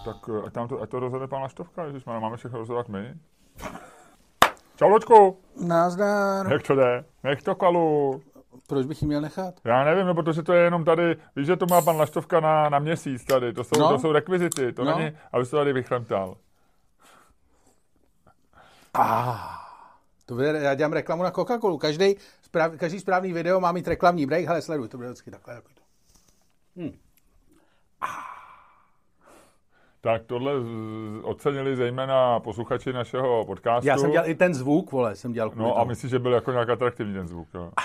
Tak ať to rozhodne pan Laštovka, ježišmarja, máme všechno rozhodovat my. Čau, Loďku. Nazdar. Jak to jde? Nech to Kalu. Proč bych ji měl nechat? Já nevím, no, protože to je jenom tady, víš, že to má pan Laštovka na měsíc tady, to jsou rekvizity, to není, aby se to tady vychlemtal. Já dělám reklamu na Coca-Colu. Každý správný video má mít reklamní break. Hele, sleduj, to bude vždycky takhle. Tak tohle ocenili zejména posluchači našeho podcastu. Já jsem dělal i ten zvuk, vole, jsem dělal. No a myslíš, že byl jako nějak atraktivní ten zvuk, jo?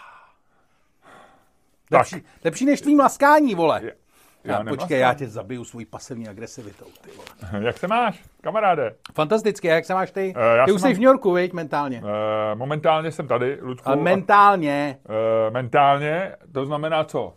Lepší než tvým laskání, vole. Počkej, já tě zabiju svojí pasivní agresivitou, ty vole. Jak se máš, kamaráde? Fantasticky, jak se máš ty? Ty už jsi v New Yorku, viď, mentálně? Momentálně jsem tady, Luďku. Ale mentálně? Mentálně, to znamená co?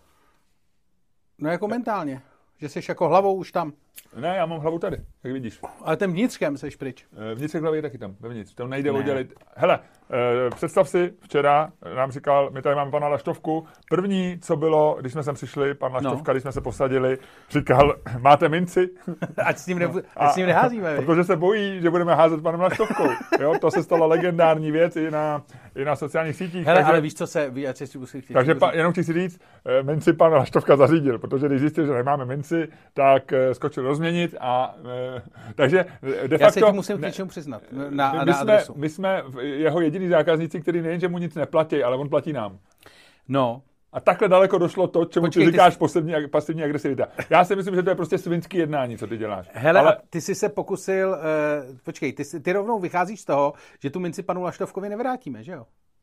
No jako mentálně, že jsi jako hlavou už tam. Ne, já mám hlavu tady, jak vidíš. Ale ten vnitřkem seš pryč. Vnitřek hlavy je taky tam, vevnitř. To nejde oddělit. Hele, představ si, včera nám říkal, my tady máme pana Laštovku. První, co bylo, když jsme sem přišli, pan Laštovka, když jsme se posadili, říkal, máte minci? Ať s ním neházíme. Protože se bojí, že budeme házet panem Laštovkou. Jo, to se stala legendární věc i na sociálních sítích. Hele, takže, ale víš, co se... Takže jenom chci si říct, minci pan Laštovka zařídil, protože když zjistil, že nemáme minci, tak skočil rozměnit a... takže de facto... Já se ti musím k něčemu přiznat na adresu. My jsme jeho jediný zákazníci, který nejen, že mu nic neplatí, ale on platí nám. No. A takhle daleko došlo to, čemu ty říkáš pasivní agresivita. Já si myslím, že to je prostě svinský jednání, co ty děláš. Hele, ale ty jsi se pokusil... počkej, ty rovnou vycházíš z toho, že tu minci panu Laštovkovi nevrátíme, že jo?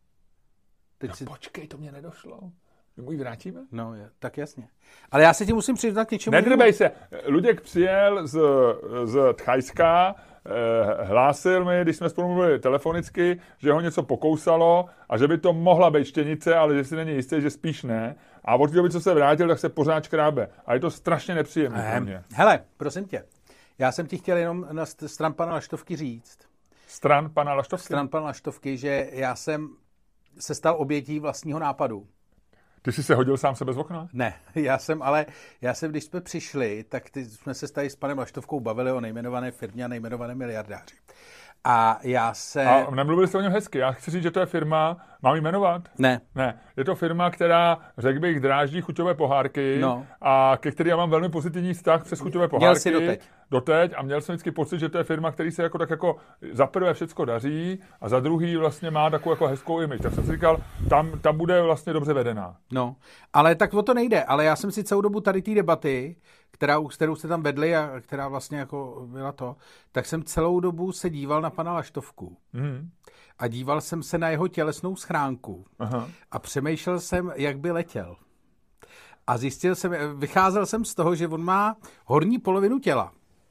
Počkej, to mě nedošlo. My mu ji vrátíme? No, tak jasně. Ale já se ti musím přiznat k něčemu. Nedrbej se. Luděk přijel z Thajska, hlásil mi, když jsme spolu mluvili telefonicky, že ho něco pokousalo a že by to mohla být štěnice, ale že si není jistý, že spíš ne. A od té doby, co se vrátil, tak se pořád škrábe. A je to strašně nepříjemné pro mě. Hele, prosím tě, já jsem ti chtěl jenom na stran pana Laštovky říct. Stran pana Laštovky? Stran pana Laštovky, že já jsem se stal obětí vlastního nápadu. Ty jsi se hodil sám sebe z okna? Ne, já jsem, když jsme přišli, tak jsme se tady s panem Laštovkou bavili o nejmenované firmě a nejmenované miliardáři. A nemluvili jste o něm hezky. Já chci říct, že to je firma, mám jmenovat? Ne. Je to firma, která, řekl bych, dráždí chuťové pohárky a ke které já mám velmi pozitivní vztah přes chuťové pohárky. Měl jsi doteď a měl jsem vždycky pocit, že to je firma, který se jako za prvé všecko daří a za druhý vlastně má takovou jako hezkou image. Tak jsem si říkal, tam bude vlastně dobře vedená. No, ale tak o to nejde. Ale já jsem si celou dobu tady té debaty, kterou jste tam vedli a která vlastně jako byla to, tak jsem celou dobu se díval na pana Laštovku. A díval jsem se na jeho tělesnou schránku. Aha. A přemýšlel jsem, jak by letěl. A vycházel jsem z toho, že on má horní polovinu těla.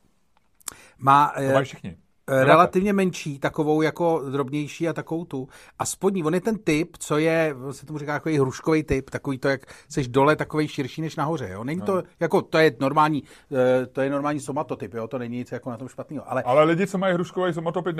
To mají všichni. Relativně menší, takovou jako drobnější a takovou tu. A spodní, on je ten typ, co je, se tomu říká jako hruškový typ, takový to, jak seš dole, takovej širší než nahoře, jo. Není to, jako, to je normální somatotyp, jo, to není nic jako na tom špatného. Ale lidi, co mají hruškový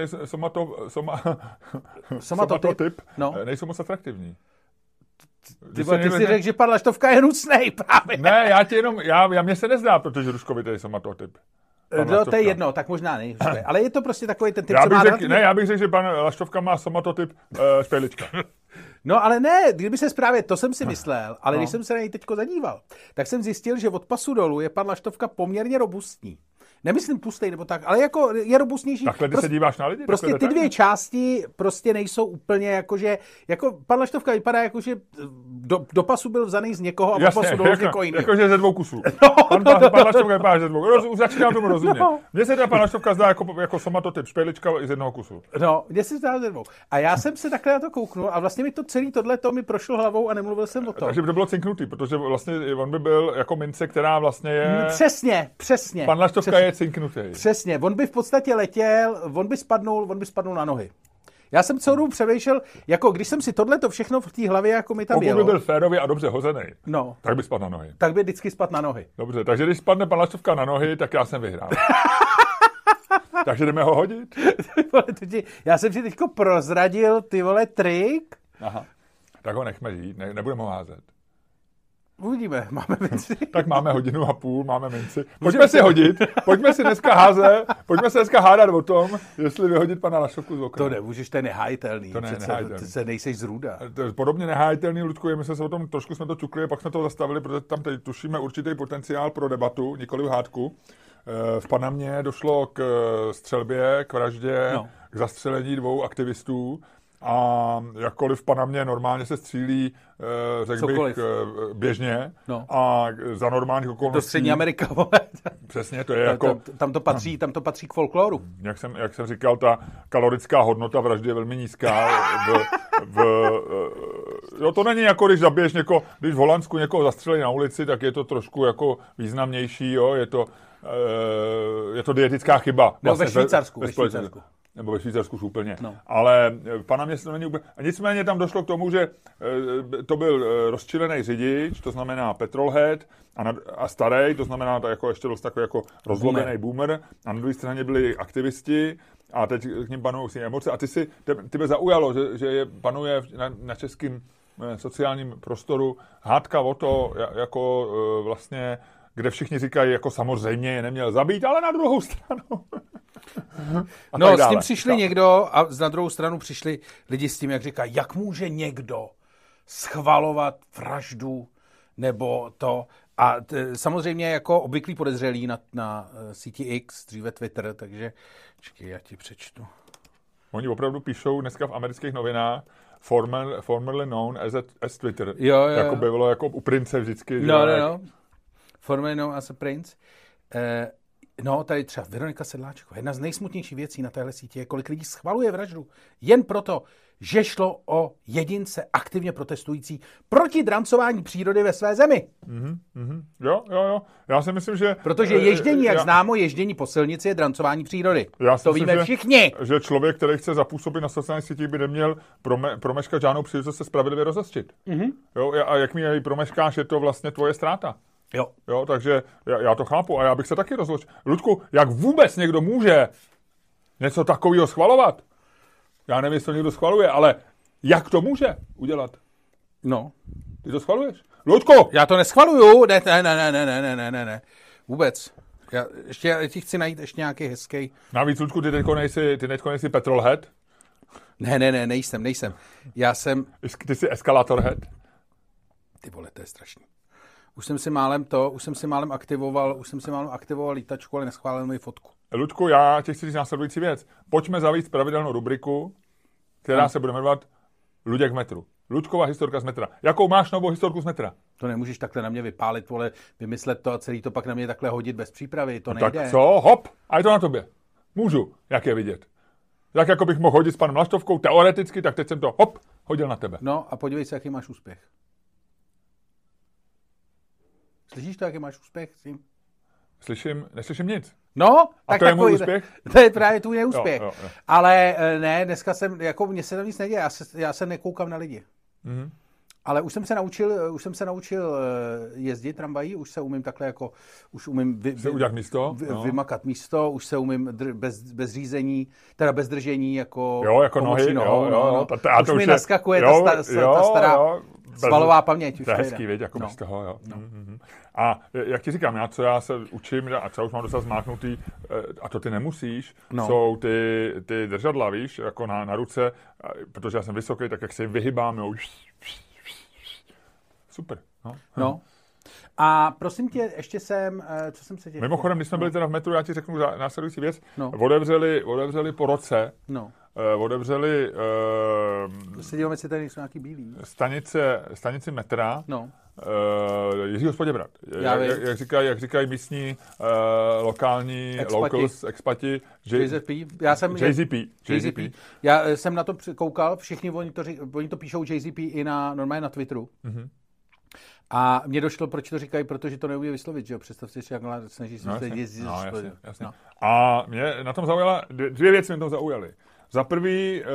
somatotyp, nejsou moc atraktivní. Ty si řekl, že pan Laštovka je hnusnej právě. Ne, mně se nezdá, protože hruškovitý somatotyp. No, to je jedno, tak možná nej. Ale je to prostě takový ten typ, co má... Já bych řekl, že pan Laštovka má somatotyp špejlička. No, ale ne, kdyby se právě, to jsem si myslel, ale když jsem se na něj teďko zadíval, tak jsem zjistil, že od pasu dolů je pan Laštovka poměrně robustní. Nemyslím tlustej nebo tak, ale jako je robustnější. Takhle ty se díváš na lidi? Prostě ty dvě části prostě nejsou úplně jakože, jako pan Laštovka vypadá jako, že do pasu byl vzaný z někoho a do pasu dolů z někoho jiného. Jakože ze dvou kusů. Pan Laštovka vypadá ze dvou. Už začínám tomu rozumět. Mně se pan Laštovka zdá jako somatotyp špejlička i z jednoho kusu. No, mně se zdá ze dvou. A já jsem se takhle na to kouknul a vlastně mi to celý tohleto mi prošlo hlavou a nemluvil jsem o tom. Takže by to bylo cinknutý, protože vlastně on by byl jako mince, která vlastně je... Přesně. Pan Laštovka je cinknutý. Přesně, on by v podstatě letěl, on by spadnul na nohy. Já jsem celou dobu přemýšlel, jako když jsem si tohleto všechno v té hlavě, jako mi tam jelo. Pokud by byl férový a dobře hozený, tak by spadl na nohy. Tak by vždycky spadl na nohy. Dobře, takže když spadne pan Laštovka na nohy, tak já jsem vyhrál. Takže jdeme ho hodit? Já jsem si teďko prozradil, ty vole, trik. Aha, tak ho nechme jít, nebudeme ho házet. Uvidíme, máme minci. Tak máme 1,5 hodiny, máme minci. Pojďme si hodit, pojďme se dneska hádat o tom, jestli vyhodit pana Lašovku z okna. To nemůžeš, to je nehájitelný. To je nehájitelný. Přece nejseš z Ruda. To je podobně nehájitelný, Ludku, my jsme se o tom trošku jsme to čukli, pak jsme to zastavili, protože tam teď tušíme určitý potenciál pro debatu, nikoli hádku. V Panamě došlo k střelbě, k vraždě, k zastřelení 2 aktivistů. A jakkoliv v Panamě normálně se střílí, řekl bych, běžně a za normálních okolností. To Střední Amerika, vole. Přesně, to je jako... Tam to patří k folkloru. Jak jsem říkal, ta kalorická hodnota vraždy je velmi nízká. To není jako, když zabiješ když v Holandsku někoho zastřelí na ulici, tak je to trošku jako významnější, jo, je to dietická chyba. Nebo ve Švýcarsku. Nebo ve Švýcarsku úplně. No. Ale v Panamě se to není úplně... Nicméně tam došlo k tomu, že to byl rozčilený řidič, to znamená petrolhead, a starý, to znamená to jako ještě dost takový jako rozlobený boomer. A na druhé straně byli aktivisti a teď k ním panují si emoce. A ty by zaujalo, že panuje na českém sociálním prostoru hádka o to, jako vlastně, kde všichni říkají, jako samozřejmě je neměl zabít, ale na druhou stranu... No, s tím přišli někdo a na druhou stranu přišli lidi s tím, jak říká, jak může někdo schvalovat vraždu nebo to. A samozřejmě jako obvyklý podezřelý na síti X, dříve Twitter, takže čekaj, já ti přečtu. Oni opravdu píšou dneska v amerických novinách formerly known as Twitter. Jo. Jako by bylo jako u prince vždycky. No. Formerly known as a prince. No, tady třeba Veronika Sedláčková. Jedna z nejsmutnějších věcí na téhle síti je, kolik lidí schvaluje vraždu jen proto, že šlo o jedince aktivně protestující proti drancování přírody ve své zemi. Jo. Já si myslím, že... Protože ježdění, jak známo, ježdění po silnici je drancování přírody. To víme všichni. Že člověk, který chce zapůsobit na sociálních sítích, by neměl promeškat žádnou příležitost se spravedlivě rozhořčit. Jo, a jak mi jej promeškáš, je to vlastně tvoje ztráta. Jo, takže já to chápu a já bych se taky rozložil. Ludku, jak vůbec někdo může něco takového schvalovat? Já nevím, jestli to někdo schvaluje, ale jak to může udělat? No. Ty to schvaluješ? Ludku! Já to neschvaluju. Ne. Vůbec. Já ti chci najít ještě nějaký hezký. Navíc, Ludku, ty teďko nejsi petrolhead? Ne, nejsem. Já jsem... Ty jsi eskalatorhead? Ty vole, to je strašný. Už jsem si málem aktivoval lítačku, ale neschválil mi fotku. Ludku, já ti chci říct následující věc. Pojďme zavést pravidelnou rubriku, která se bude jmenovat Luděk v metru. Luďková historka z metra. Jakou máš novou historku z metra? To nemůžeš takhle na mě vypálit, vole, vymyslet to a celý to pak na mě takhle hodit bez přípravy. To nejde. Tak co? Hop, a je to na tobě. Můžu, jak je vidět. Tak jako bych mohl hodit s panem Laštovkou, teoreticky, tak teď jsem to hodil na tebe. No a podívej se, jaký máš úspěch. Slyšíš to, jaký máš úspěch s tím? Neslyším nic. No, a tak to je můj úspěch? To je právě tvůj neúspěch. Jo. Ale ne, dneska mně se tam nic neděje, já se nekoukám na lidi. Mm-hmm. Ale už jsem se naučil jezdit tramvají, už se umím takhle jako, už umím vymakat místo, už se umím bez řízení, teda bez držení jako nohy, nohou. Už mi naskakuje ta stará svalová paměť. To je hezký, věď, jako bez toho, jo. No. Mm-hmm. A jak ti říkám, já se učím, a třeba už mám docela zmáknutý, a to ty nemusíš, jsou ty držadla, víš, jako na ruce, protože já jsem vysoký, tak jak se jim vyhybám, jo, super. No. A prosím tě, ještě co jsem se tě... Mimochodem, když jsme byli teda v metru, já ti řeknu následující věc. No. Otevřeli po roce. No. Otevřeli... se díváme, jestli tady nejsou nějaký bílý. Stanici metra. No. Jiří Hospoděbrat. Jak říkají místní lokální locals, expati. JZP. Já jsem na to koukal, všichni oni to píšou JZP i normálně na Twitteru. Mm-hmm. A mně došlo, proč to říkají, protože to neumí vyslovit, že jo? Představte si, jak snaží se jezdit. Jasně. No. A mě na tom zaujala, dvě věci mě tom zaujaly. Za prvý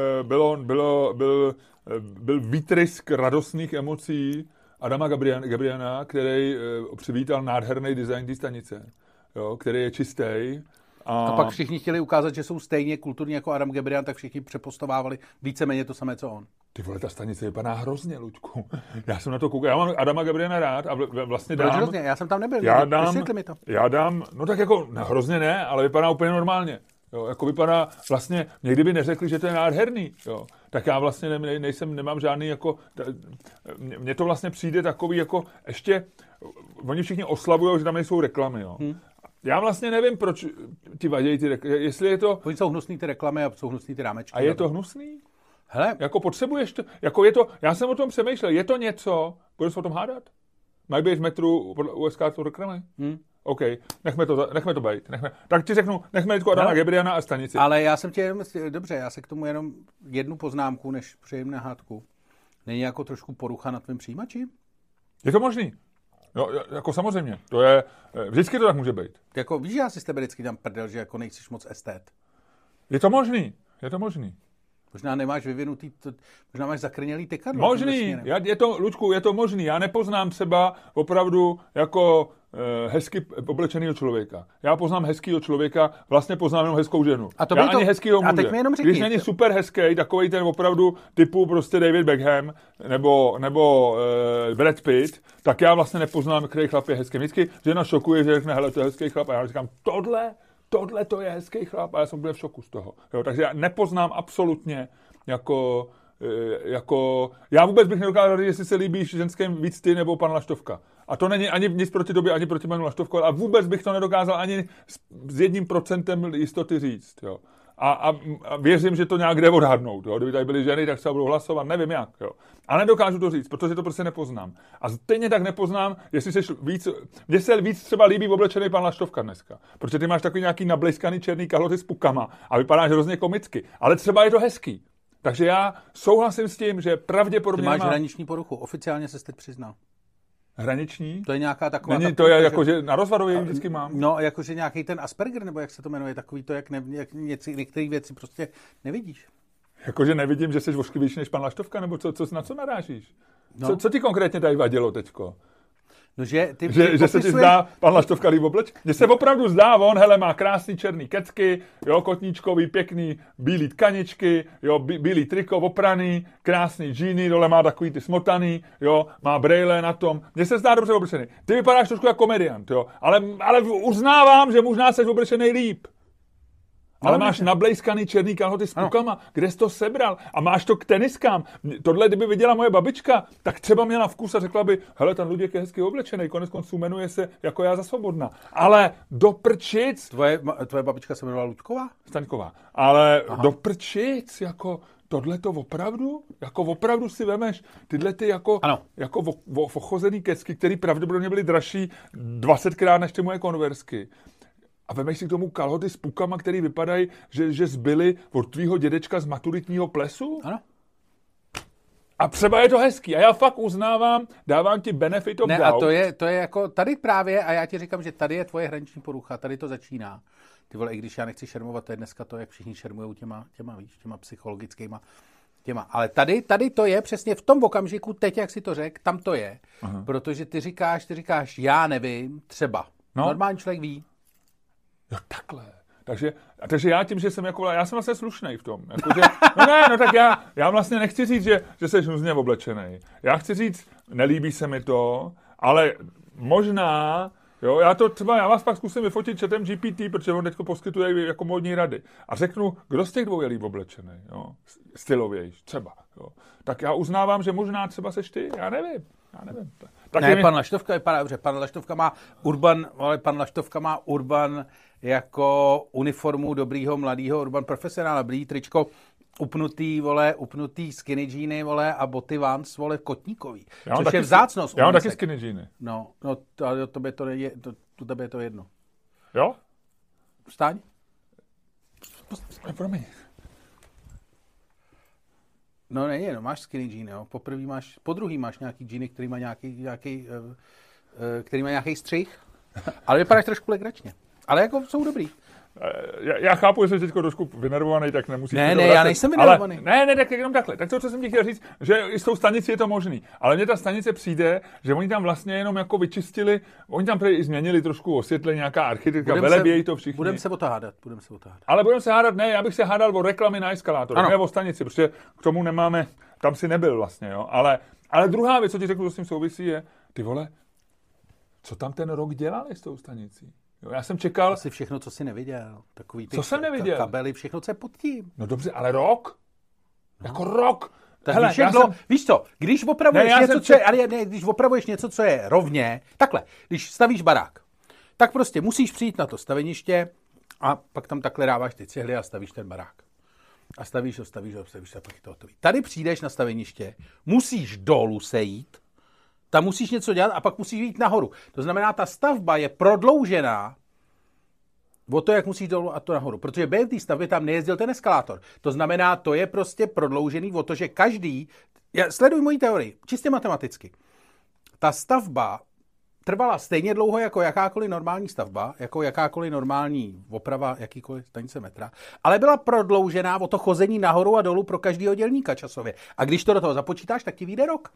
byl výtrysk radostných emocí Adama Gabriana, který přivítal nádherný design té stanice, jo, který je čistý A pak všichni chtěli ukázat, že jsou stejně kulturní jako Adam Gebrian, tak všichni přepostovávali víceméně to samé, co on. Ty vole, ta stanice vypadá hrozně, Luďku. Já jsem na to koukal. Já mám Adama Gebriana rád a vlastně dám... Proč hrozně? Já jsem tam nebyl. Vysvětli mi to. Já dám, no tak jako hrozně ne, ale vypadá úplně normálně. Jo, jako vypadá vlastně, mě kdyby neřekli, že to je nádherný, jo, tak já vlastně nemám žádný jako, mně to vlastně přijde takový jako, ještě, oni všichni oslavujou, že tam nejsou reklamy, jo. Já vlastně nevím, proč ti vadějí ty reklamy, jestli je to... Oni jsou hnusný ty reklamy a jsou hnusný ty rámečky. A je to hnusný? Hele. Jako potřebuješ to, jako je to, já jsem o tom přemýšlel, je to něco, budeš se o tom hádat? Mají být v metru podle USK to reklamy? OK, nechme to být. Tak ti řeknu, nechme teďko Adama Gebriana a stanici. Ale já jsem dobře, já se k tomu jenom jednu poznámku, než přejím na hádku. Není jako trošku porucha na tvém přijímači? Je to možný. Jo, jako samozřejmě. To je, vždycky to tak může být. Jako víš, že já si s tebe vždycky dám prdel, že jako nejsiš moc estét. Je to možný. Možná nemáš vyvinutý, možná máš zakrnělý tykadlo. Možný, Luďku, je to možný. Já nepoznám třeba opravdu jako hezky oblečenýho člověka. Já poznám hezkýho člověka, vlastně poznám jenom hezkou ženu. Ani hezkýho muže. A teď mi jenom řekni. Když není super hezký, takovej ten opravdu typu prostě David Beckham nebo Brad Pitt, tak já vlastně nepoznám, který chlap je hezký. Vždycky žena šokuje, že řekne, hele, to je hezký chlap. A já říkám, tohle to je hezký chlap a já jsem byl v šoku z toho. Jo, takže já nepoznám absolutně jako já vůbec bych nedokázal říct, jestli se líbíš ženským víc ty nebo pan Laštovka. A to není ani nic proti tobě, ani proti panu Laštovkovi, a vůbec bych to nedokázal ani s 1% jistoty říct. Jo. A věřím, že to nějak jde odhadnout. Jo. Kdyby tady byly ženy, tak se budou hlasovat, nevím jak. Jo. A nedokážu to říct, protože to prostě nepoznám. A stejně tak nepoznám, jestli seš víc... Mně se víc třeba líbí oblečený pan Laštovka dneska. Protože ty máš takový nějaký nablejskaný černý kalhoty s pukama a vypadáš hrozně komicky. Ale třeba je to hezký. Takže já souhlasím s tím, že pravděpodobně... Ty máš hraniční poruchu. Oficiálně se teď přiznal. Hraniční? To je nějaká taková... Není to je jako, že na rozvadově vždycky mám. No, jakože nějaký ten Asperger, nebo jak se to jmenuje, takový to, jak některé věci prostě nevidíš. Jakože nevidím, že jsi ošklivější než pan Laštovka, nebo na co narážíš? No. Co ti konkrétně tady vadilo teďko? No, že se ti zdá pan Laštovka líb obleč? Mně se opravdu zdá, on, hele, má krásný černý kecky, jo, kotníčkový, pěkný, bílý tkaničky, jo, bílý triko, opraný, krásný džíny, dole má takový ty smotaný, jo, má brejle na tom. Mně se zdá dobře oblečený. Ty vypadáš trošku jako komediant, jo, ale uznávám, že možná jsi oblečený líp. Ale máš nablejskaný černý kalhoty s pukama, kde jsi to sebral a máš to k teniskám. Tohle, kdyby viděla moje babička, tak třeba měla vkus a řekla by, hele, ten Luděk je hezky oblečený, konec konců jmenuje se jako já za svobodná. Ale do prčic... Tvoje babička se jmenovala Luďková? Staňková. Ale do prčic, jako... Tohle to opravdu? Jako opravdu si vemeš tyhle ty jako ochozený kecky, které pravděpodobně byly dražší 20krát než ty moje konversky. A vemeš si k tomu kalhoty s pukama, který vypadají, že zbyly od tvýho dědečka z maturitního plesu? Ano. A třeba je to hezký. A já fakt uznávám, dávám ti benefit of doubt. A to je jako tady právě, a já ti říkám, že tady je tvoje hraniční porucha, tady to začíná. Ty vole, i když já nechci šermovat, to je dneska to, jak všichni šermujou těma psychologickýma těma. Ale tady to je přesně v tom okamžiku, teď, jak si to řekl, tam to je. Aha. Protože ty říkáš, já nevím, třeba. No. Normální člověk ví. Jo, takhle. Takže já tím, že jsem jako, já jsem vlastně slušnej v tom. Jako, že, tak já vlastně nechci říct, že jsi hnusně oblečenej. Já chci říct, nelíbí se mi to, ale možná, jo, já vás pak zkusím vyfotit chatem GPT, protože on teďko poskytuje jako módní rady. A řeknu, kdo z těch dvou je líp oblečenej, jo, stylovější, třeba, jo. Tak já uznávám, že možná třeba seš ty, já nevím. Tak ne, pan Laštovka vypadá dobře. Pan Laštovka má Urban jako uniformu dobrýho mladýho Urban profesionála, blí tričko, upnutý skinny džíny, vole, a boty Vans, vole, kotníkový. Což je vzácnost. Já mám taky skinny džíny. No, tobě je to jedno. Jo? Vstaň. Promiň. No není, máš skinny džíny, jo. Po druhý máš nějaký džíny, který má nějaký střih, ale vypadáš trošku legračně. Ale jako jsou dobrý. já chápu, že jsi teď trošku vynervovaný, tak nemusíš... Ne, já nejsem vynervovaný. Ne, tak jenom takhle. Tak to, co jsem ti chtěl říct, že i s tou stanicí je to možný. Ale mně ta stanice přijde, že oni tam vlastně jenom jako vyčistili, oni tam i změnili trošku osvětlení, nějaká architektura, velebějí to všichni. Budeme se o to hádat. Ale budeme se hádat, ne, já bych se hádal o reklamy na eskalátor, ne o stanici, protože k tomu nemáme, tam si nebyl vlastně, jo. Ale druhá věc, co ti řeknu, co s tím souvisí, je, ty vole, co tam ten rok dělali s tou stanicí? Jo, já jsem čekal... Asi všechno, co jsi neviděl. Takový ty co jsem neviděl? Kabely, všechno, co je pod tím. No dobře, ale rok? No. Jako rok? Tak hele, víš co, když opravuješ když opravuješ něco, co je rovně, takhle, když stavíš barák, tak prostě musíš přijít na to staveniště a pak tam takhle dáváš ty cihly a stavíš ten barák. A stavíš a pak je to hotový. Tady přijdeš na staveniště, musíš dolů sejít, tam musíš něco dělat a pak musíš jít nahoru. To znamená, ta stavba je prodloužená o to, jak musíš dolů a to nahoru. Protože během té stavby tam nejezdil ten eskalátor. To znamená, to je prostě prodloužený o to, že každý... Sleduj moji teorii, čistě matematicky. Ta stavba trvala stejně dlouho jako jakákoliv normální stavba, jako jakákoliv normální oprava, jakýkoliv stanice metra, ale byla prodloužená o to chození nahoru a dolů pro každého dělníka časově. A když to do toho započítáš, tak ti vyjde rok.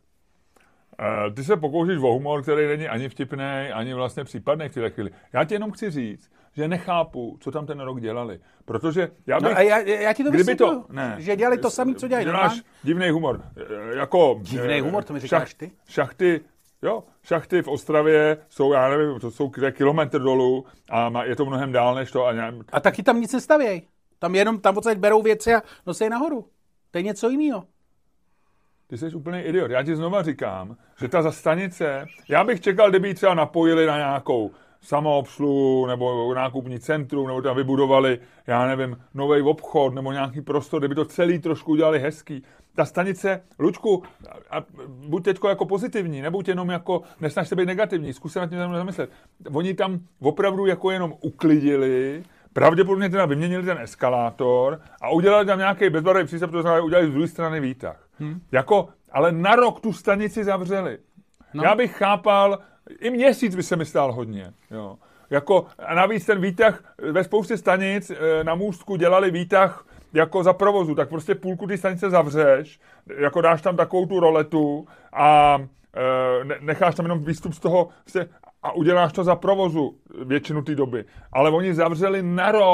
Ty se pokoušíš o humor, který není ani vtipný, ani vlastně případný v této chvíli. Já ti jenom chci říct, že nechápu, co tam ten rok dělali. Protože já bych... No a já ti to vysvětluji, že dělali to samé, co dělají. Děláš divný humor. Divný humor, to mi říkáš ty? Šachty v Ostravě jsou, já nevím, to jsou kilometr dolů a je to mnohem dál než to. A taky tam nic nestavějí. Tam odsaď berou věci a nosí nahoru. To je něco jiného. Ty jsi úplný idiot. Já ti znova říkám, že ta stanice, já bych čekal, kdyby ji třeba napojili na nějakou samoobsluhu nebo nákupní centrum, nebo tam vybudovali, já nevím, nový obchod nebo nějaký prostor, kdyby to celý trošku udělali hezký. Ta stanice, Luďku, buď teďko jako pozitivní, nebuď jenom jako, nesnaž se být negativní, zkus se nad tím zamyslet. Oni tam opravdu jako jenom uklidili, pravděpodobně teda vyměnili ten eskalátor a udělali tam nějaký bezbarvý přístup, to znamená, udělali z druhé strany výtah. Ale na rok tu stanici zavřeli. No. Já bych chápal, i měsíc by se mi stál hodně. Jo. A navíc ten výtah, ve spoustě stanic na můstku dělali výtah jako za provozu, tak prostě půlku ty stanice zavřeš, jako dáš tam takovou tu roletu a necháš tam jenom výstup z toho a uděláš to za provozu většinu té doby. Ale oni zavřeli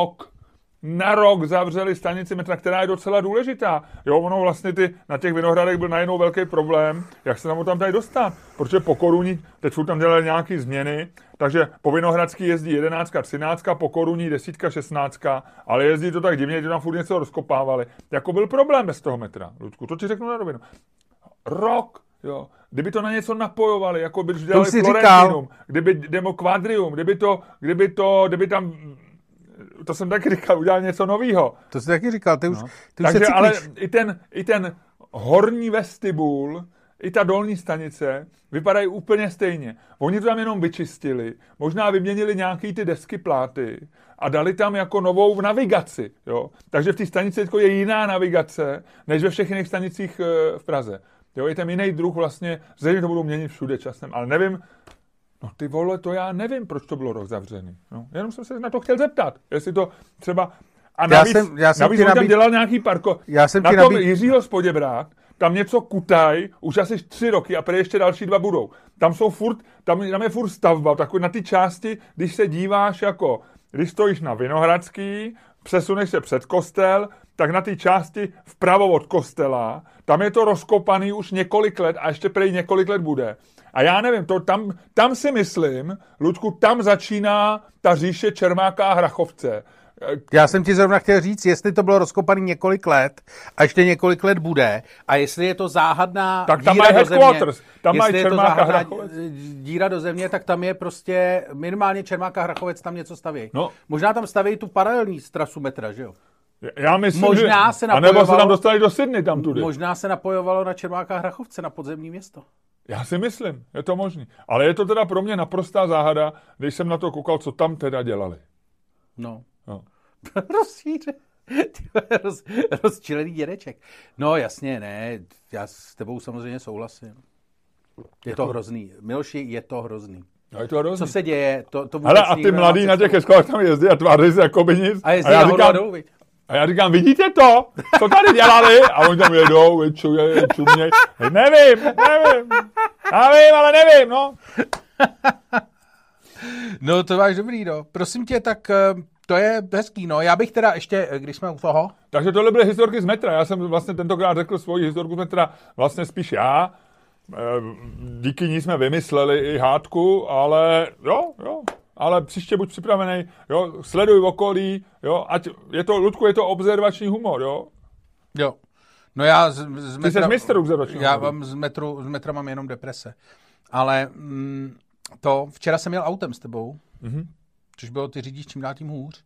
na rok zavřeli stanici metra, která je docela důležitá. Jo, ono vlastně na těch Vinohradech byl najednou velký problém, jak se tam tady dostat. Protože po Koruní, teď furt tam dělali nějaký změny, takže po Vinohradský jezdí 11, 13, po Koruní 10, 16, ale jezdí to tak divně, že tam furt něco rozkopávali. Jako byl problém bez toho metra, Ludku, to ti řeknu na rovinu. Rok, jo. Kdyby to na něco napojovali, jako by dělali Florentinum, kdyby Demo Quadrium, kdyby tam to jsem taky říkal, udělal něco novýho. To jsi taky říkal, ty už takže ale i ten horní vestibul, i ta dolní stanice vypadají úplně stejně. Oni to tam jenom vyčistili, možná vyměnili nějaký ty desky pláty a dali tam jako novou navigaci. Jo? Takže v té stanici je jiná navigace, než ve všech jiných stanicích v Praze. Jo? Je tam jiný druh vlastně, zřejmě to budou měnit všude časem, ale nevím. No ty vole, to já nevím, proč to bylo rok zavřený. No, jenom jsem se na to chtěl zeptat, jestli to třeba... A navíc tam dělal nějaký parko. Na tom Jiřího Spoděbrák, tam něco kutaj, už asi 3 roky a prý ještě další 2 budou. Tam je furt stavba, takový na ty části, když se díváš jako, když stojíš na Vinohradský, přesuneš se před kostel, tak na ty části vpravo od kostela, tam je to rozkopaný už několik let a ještě prý několik let bude. A já nevím, tam si myslím, Ludku, tam začíná ta říše Čermáka a Hrachovce. Já jsem ti zrovna chtěl říct, jestli to bylo rozkopaný několik let a ještě několik let bude a jestli je to záhadná tak tam díra do země, tam jestli je to záhadná díra do země, tak tam je prostě minimálně Čermák a Hrachovec tam něco staví. No. Možná tam staví tu paralelní trasu metra, že jo? Já myslím, možná že... A nebo se tam dostali do Sydney tam tudy. Možná se napojovalo na Čermáka a Hrachovce, na podzemní město. Já si myslím, je to možný. Ale je to teda pro mě naprostá záhada, když jsem na to koukal, co tam teda dělali. No. Rozčilený dědeček. No jasně, ne, já s tebou samozřejmě souhlasím. Je to hrozný. Miloši, je to hrozný. No, je to hrozný. Co se děje, to vůbec hele, a ty mladí na těch eskalách tam jezdí a tváří se jako by nic. A jezdí a já říkám, vidíte to? Co tady dělali? A oni tam jedou, čuměj. Nevím, ale nevím, no. No, to máš dobrý, no. Prosím tě, tak to je hezký, no. Já bych teda ještě, když jsme u toho... Takže tohle byly historky z metra. Já jsem vlastně tentokrát řekl svoji historku z metra vlastně spíš já. Díky ní jsme vymysleli i hádku, ale jo. Ale příště buď připravený, jo, sleduj v okolí, jo, ať je to, Ludku, je to observační humor, jo. Jo. No já Ty jsi mistr observačního humoru. Já humoru. mám z metra mám jenom deprese. Ale včera jsem jel autem s tebou, což bylo, ty řídíš čím dál tím hůř.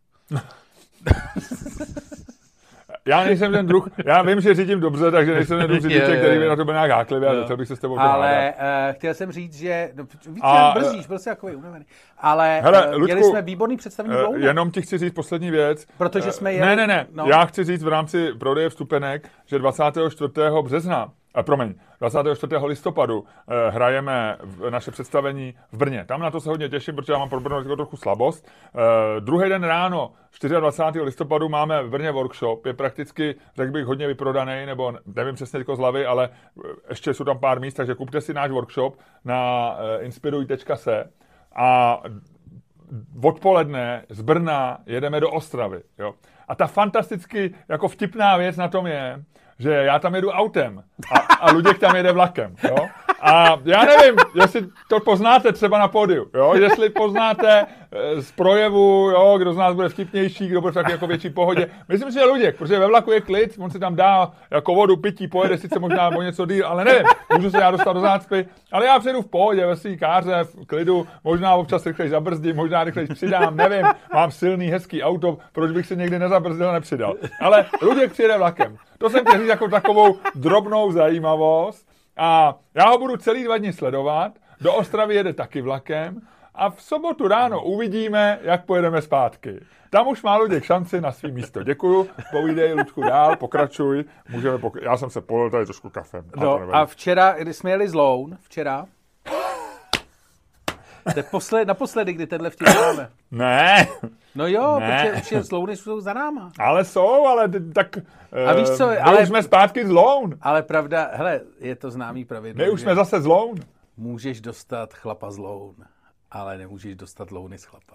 Já nejsem ten druh, já vím, že řídím dobře, takže nejsem ten druh řidiče, který by na to byl nějak háklivý a začal bych se s tebou ale chtěl jsem říct, že víc brzdíš, byl jsi takový unavený. Ale hele, měli jsme výborný představení Blouna. Jenom ti chci říct poslední věc. Protože jsme jeli... Ne. No. Já chci říct v rámci prodeje vstupenek, že 24. března, 24. listopadu hrajeme naše představení v Brně. Tam na to se hodně těším, protože já mám pro Brno trochu slabost. Druhý den ráno, 24. listopadu, máme v Brně workshop. Je prakticky, řekl bych, hodně vyprodaný, nebo nevím přesně z hlavy, ale ještě jsou tam pár míst, takže kupte si náš workshop na inspiruj.se a odpoledne z Brna jedeme do Ostravy. Jo? A ta fantasticky jako vtipná věc na tom je, že já tam jedu autem a Luděk tam jede vlakem, jo? A já nevím, jestli to poznáte třeba na pódiu, jo? Jestli poznáte z projevu, jo, kdo z nás bude vtipnější, kdo bude v takové jako větší pohodě. Myslím si, že Luděk, protože ve vlaku je klid, on si tam dá jako vodu, pití, pojede sice možná o něco díl, ale nevím, můžu se já dostat do zácpy, ale já přijedu v pohodě, ve svý káře, v klidu, možná občas rychlejš zabrzdím, možná rychlejš přidám, nevím, mám silný, hezký auto, proč bych si někdy nezabrzdil a nepřidal. Ale Luděk přijede vlakem. To jsem chtěl říct jako takovou drobnou zajímavost. A já ho budu celý 2 dny sledovat. Do Ostravy jede taky vlakem. A v sobotu ráno uvidíme, jak pojedeme zpátky. Tam už má Luděk šanci na svý místo. Děkuju, povídej, Ludku, dál, pokračuj. Já jsem se polil tady trošku kafem. No, a včera, když jsme jeli z Loun, to je naposledy, kdy tenhle vtip máme. Ne. No jo, protože z Louny jsou za náma. Ale jsou, ale tak... A víš co, ale... už jsme zpátky z Loun. Ale pravda, hele, je to známý pravidlo. My už jsme zase z Loun. Můžeš dostat chlapa z Loun, ale nemůžeš dostat Louny z chlapa.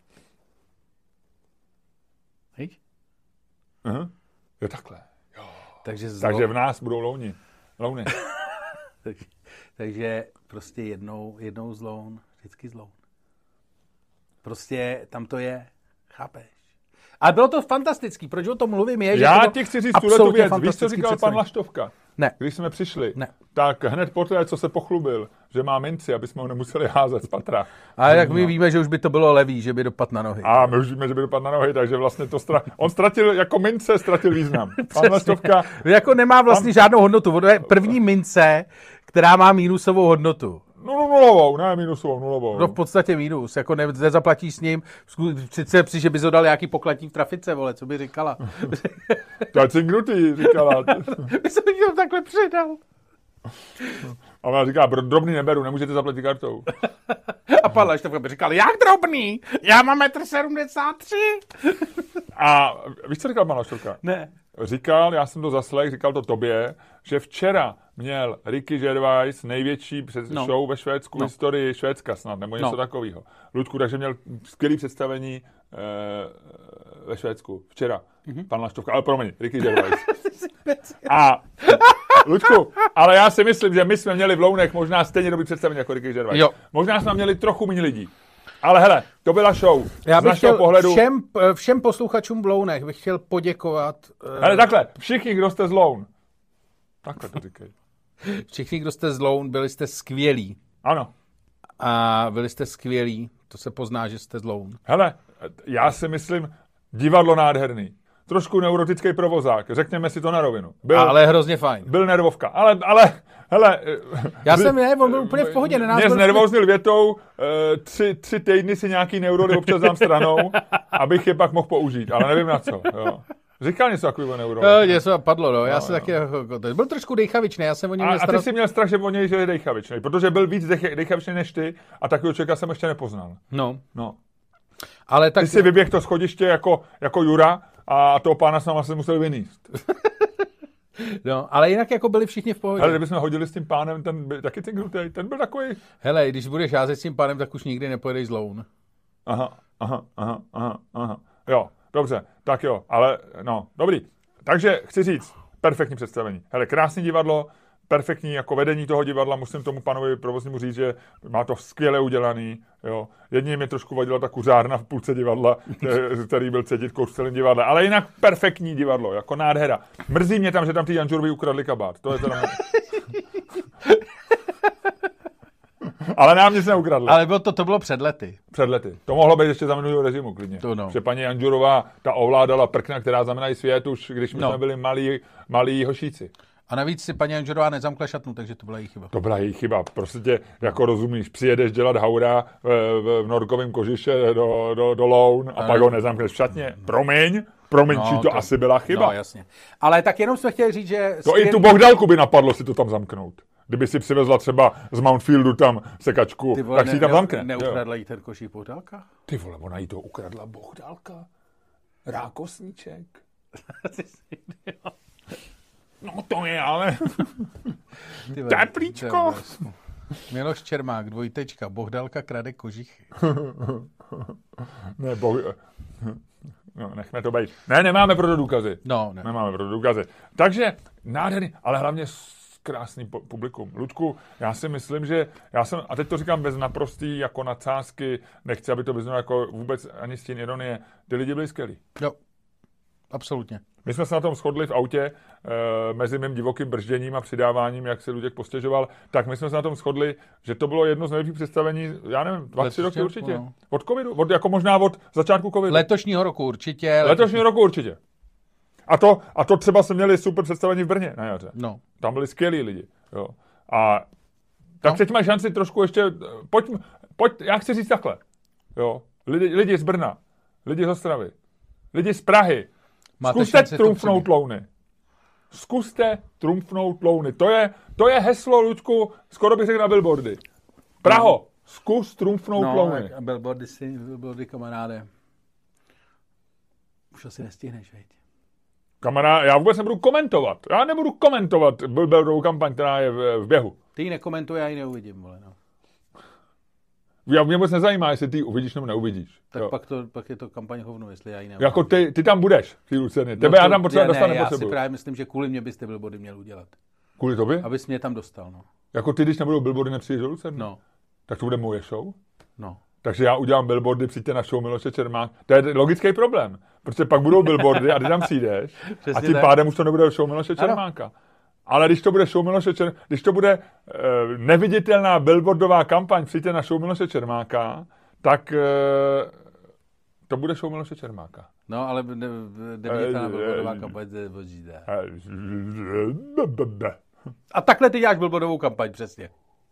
Hej? Uh-huh. Jo, takhle. Jo. Takže v nás budou Louny. takže prostě jednou z Loun, vždycky z Loun. Prostě tam to je, chápeš? Ale bylo to fantastický, proč o tom mluvím je, že já ti chci říct tuhletu věc, víš, co říkal pan Laštovka? Ne. Když jsme přišli, ne. Tak hned poté, co se pochlubil, že má minci, aby jsme ho nemuseli házet z patra. A jak my víme, že už by to bylo levý, že by dopadl na nohy. A my už víme, že by dopadl na nohy, takže vlastně to on ztratil, jako mince ztratil význam. Pan Laštovka... Jako nemá vlastně žádnou hodnotu. To je první mince, která má mínusovou hodnotu. Nulovou, ne minusovou, nulovou. No v podstatě mínus, jako nezaplatíš s ním, přece že bys ho dal nějaký pokladní v trafice, vole, co by říkala. To je cinknutý, říkala. My jsem to takhle předal. A ona říká, drobný neberu, nemůžete zaplatit kartou. A pan Laštovka by říkal, jak drobný? Já mám 1,73 m. A víš, co říkal pan Laštovka? Ne. Říkal, já jsem to zaslech, říkal to tobě, že včera měl Ricky Gervais největší show ve Švédsku, historii Švédska snad, nebo něco takového. Ludku, takže měl skvělé představení ve Švédsku. Včera. Pan Laštovka, ale promiň, Ricky Gervais. A Ludku, ale já si myslím, že my jsme měli v Lounech možná stejně dobrý představení jako Ricky Gervais. Jo. Možná jsme měli trochu méně lidí. Ale hele, to byla show. Já bych chtěl pohledu... všem posluchačům v Lounech bych chtěl poděkovat. Hele, takhle, všichni, kdo jste z Loun. Takhle to říkej. Všichni, kdo jste z Loun, byli jste skvělí. Ano. A byli jste skvělí, to se pozná, že jste z Loun. Hele, já si myslím, divadlo nádherný. Trošku neurotický provozák, řekněme si to na rovinu. Ale hrozně fajn. Byl nervovka, ale hele... Já jsem on byl úplně v pohodě. Mě znervoznil větou, 3 týdny si nějaký neuroly občas dám stranou, abych je pak mohl použít, ale nevím na co. Jo. Říkal něco takového neurolepku. Něco padlo, no. Já se taky byl trošku dejchavičný, já jsem o něm A ty jsi měl strach, že o něj je dejchavičný, protože byl víc dejchavičný než ty a takového člověka jsem ještě nepoznal. No. Ale tak... Ty si vyběh to schodiště jako Jura a toho pána s náma se musel vyníst. No, ale jinak jako byli všichni v pohodě. Ale kdybychom hodili s tím pánem, ten byl taky tenkrutej, ten byl takový. Hele, když budeš házet s tím pánem, tak už nikdy nepojedeš z Loun. Aha. Jo, dobře, tak jo, ale no, dobrý. Takže chci říct, perfektní představení. Hele, krásný divadlo, perfektní jako vedení toho divadla, musím tomu panovi provoznímu říct, že má to skvěle udělaný, jo. Jedině mě trošku vadila ta kuřárna v půlce divadla, který byl cítit kouř v celém divadle, ale jinak perfektní divadlo, jako nádhera. Mrzí mě tam, že tam ty Janžurovi ukradli kabát, to je teda... Ale nám nic neukradli. Ale to bylo před lety. Před lety. To mohlo být ještě za minulého režimu, klidně. To no. Že paní Janžurová, ta ovládala prkna, která znamená i svět, už když my jsme byli malí hošíci. A navíc si paní Janžurová nezamkla šatnu, takže to byla její chyba. To byla její chyba. Prostě, jako rozumíš, přijedeš dělat haura v norkovém kožiše do Loun a pak ho nezamkneš v šatně. Promiň, to asi byla chyba. No, jasně. Ale tak jenom jsme chtěli říct, že... To i tu Bohdálku by napadlo si to tam zamknout. Kdyby si přivezla třeba z Mountfieldu tam sekačku, tak si ji tam zamkne. Neukradla jí ten košík Bohdálka? Ty vole, ona jí to ukradla Bohdálka. Rákosníček. No to je, ale... Teplíčko. Miloš Čermák, dvojtečka, Bohdálka krade kožichy. No, nechme to být. Ne, nemáme pro to důkazy. No, ne. Nemáme pro to důkazy. Takže nádherný, ale hlavně krásný publikum. Luďku, já si myslím, že a teď to říkám bez naprostý jako nadsázky, nechci, aby to vyznalo jako vůbec ani stín ironie, ty lidi byli skvělí. Jo, absolutně. My jsme se na tom shodli v autě mezi mým divokým bržděním a přidáváním, jak se Luděk postěžoval, tak my jsme se na tom shodli, že to bylo jedno z nejlepších představení, já nevím, 2-3 roky určitě. No. Od covidu, jako možná od začátku covidu. Letošního roku určitě. Letošního roku určitě. A to třeba jsme měli super představení v Brně na jaře. No. Tam byli skvělí lidi. Jo. A tak teď máš šanci trošku ještě, pojď, já chci říct takhle. Jo. Lidi z Brna, lidi z Ostravy, lidi z Prahy. Zkuste trumfnout Louny. Zkuste trumfnout Louny. To je heslo, Luďku, skoro bych řekl na billboardy. Praho, zkus trumfnout Louny. Billboardy, kamaráde. Už asi nestihneš, veď. Kamarád, já vůbec nebudu komentovat. Já nebudu komentovat billboardovou kampaň, která je v běhu. Ty ji nekomentuje, já ji neuvidím, vole, no. Mě vůbec nezajímá, jestli ty uvidíš nebo neuvidíš. Tak pak je to kampaň hovno, jestli já ji neuvidím. Jako ty tam budeš, ty Luceny. Tebe já tam potřeba dostat nepotřebuji. Já si právě myslím, že kvůli mě byste billboardy měl udělat. Kvůli tobě? Abys mě tam dostal, no. Jako ty, když nebudou billboardy, nepřijdeš do Luceny? No. Tak to bude moje show? No. Takže já udělám billboardy, přijďte na show Miloše Čermáka. To je logický problém, protože pak budou billboardy a ty tam přijdeš a tím pádem už to nebude show Miloše Čermáka. Ale když to bude show Miloše Čermáka, když to bude neviditelná billboardová kampaň, přijďte na show Miloše Čermáka, tak to bude show Miloše Čermáka. No, ale neviditelná billboardová kampaň je božíte. A takhle ty děláš billboardovou kampaň, přesně.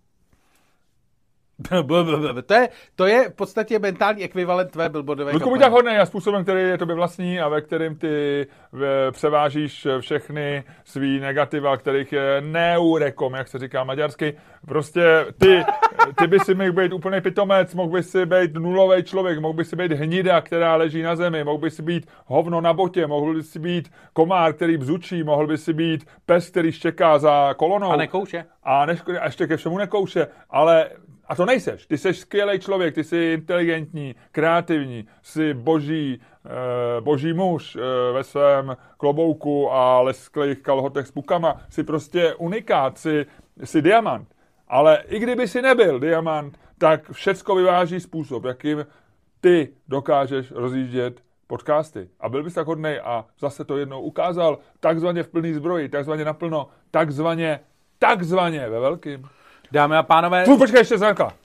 To je v podstatě mentální ekvivalent tvé billboardové kampaně. Ludku, buď tak hodnej a způsobem, který je tobě vlastní a ve kterým ty převážíš všechny svý negativa, kterých je neurekom, jak se říká maďarsky. Prostě ty by si mohl být úplný pitomec, mohl by si být nulový člověk, mohl by si být hnida, která leží na zemi, mohl by si být hovno na botě, mohl by si být komár, který bzučí, mohl by si být pes, který štěká za kolonou. A nekouše. A ještě ke všemu nekouše, ale... A to nejseš. Ty jsi skvělý člověk, ty jsi inteligentní, kreativní, jsi boží muž ve svém klobouku a lesklých kalhotech s pukama. Jsi prostě unikát, jsi diamant. Ale i kdyby si nebyl diamant, tak všecko vyváží způsob, jakým ty dokážeš rozjíždět podcasty. A byl bys tak hodnej a zase to jednou ukázal, takzvaně v plný zbroji, takzvaně naplno, takzvaně ve velkým. Dámy a pánové... Počkej, ještě zrnka.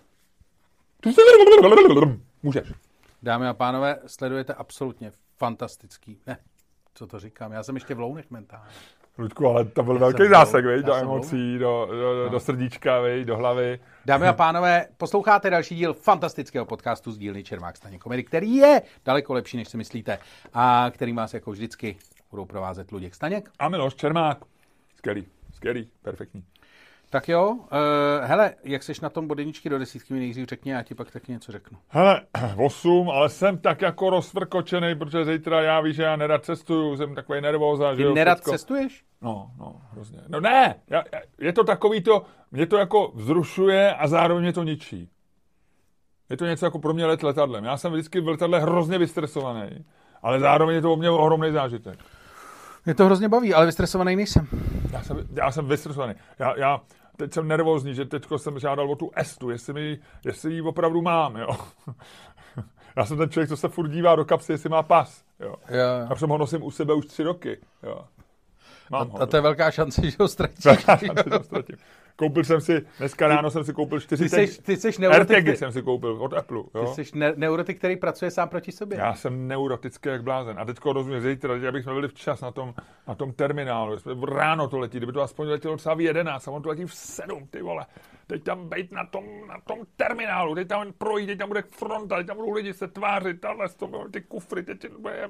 Můžeš. Dámy a pánové, sledujete absolutně fantastický... Ne, co to říkám? Já jsem ještě v Lounech mentálně. Luďku, ale to byl velký zásek, do emocí, do srdíčka, do hlavy. Dámy a pánové, posloucháte další díl fantastického podcastu z dílny Čermák Staněk Komedy, který je daleko lepší, než si myslíte a který vás jako vždycky budou provázet Luděk Staněk. A Miloš Čermák. Skvělý, perfektní. Tak jo, hele, jak seš na tom od 1 do 10, mi nejdřív řekni, já ti pak taky něco řeknu. Hele, 8, ale jsem tak jako rozvrkočený, protože zítra já víš, že já nerad cestuju, jsem takový nervóza. Ty nerad cestuješ? No, hrozně. No ne, je to takový to, mě to jako vzrušuje a zároveň mě to ničí. Je to něco jako pro mě let letadlem. Já jsem vždycky v letadle hrozně vystresovaný, ale zároveň je to o mě ohromný zážitek. Mě to hrozně baví, ale vystresovaný nejsem. Já jsem vystresovaný. Já teď jsem nervózní, že teďko jsem žádal o tu Estu, jestli ji opravdu mám, jo. Já jsem ten člověk, co se furt dívá do kapsy, jestli má pas, jo. Já jsem ho nosím u sebe už 3 roky, jo. A to je velká šance, že ho ztratíš. Koupil jsem si, dneska ráno jsem si koupil 4 ty seš neurotik, AirTagy jsem si koupil od Apple. Jo? Ty jsi neurotik, který pracuje sám proti sobě. Já jsem neurotický jak blázen. A teďko rozumím, zítra, abychom byli včas na tom terminálu. Ráno to letí, kdyby to aspoň letělo třeba v 11, a on to letí v 7, ty vole. Teď tam bejt na tom terminálu, teď tam projít, teď tam bude fronta, teď tam budou lidi se tvářit, ty kufry, teď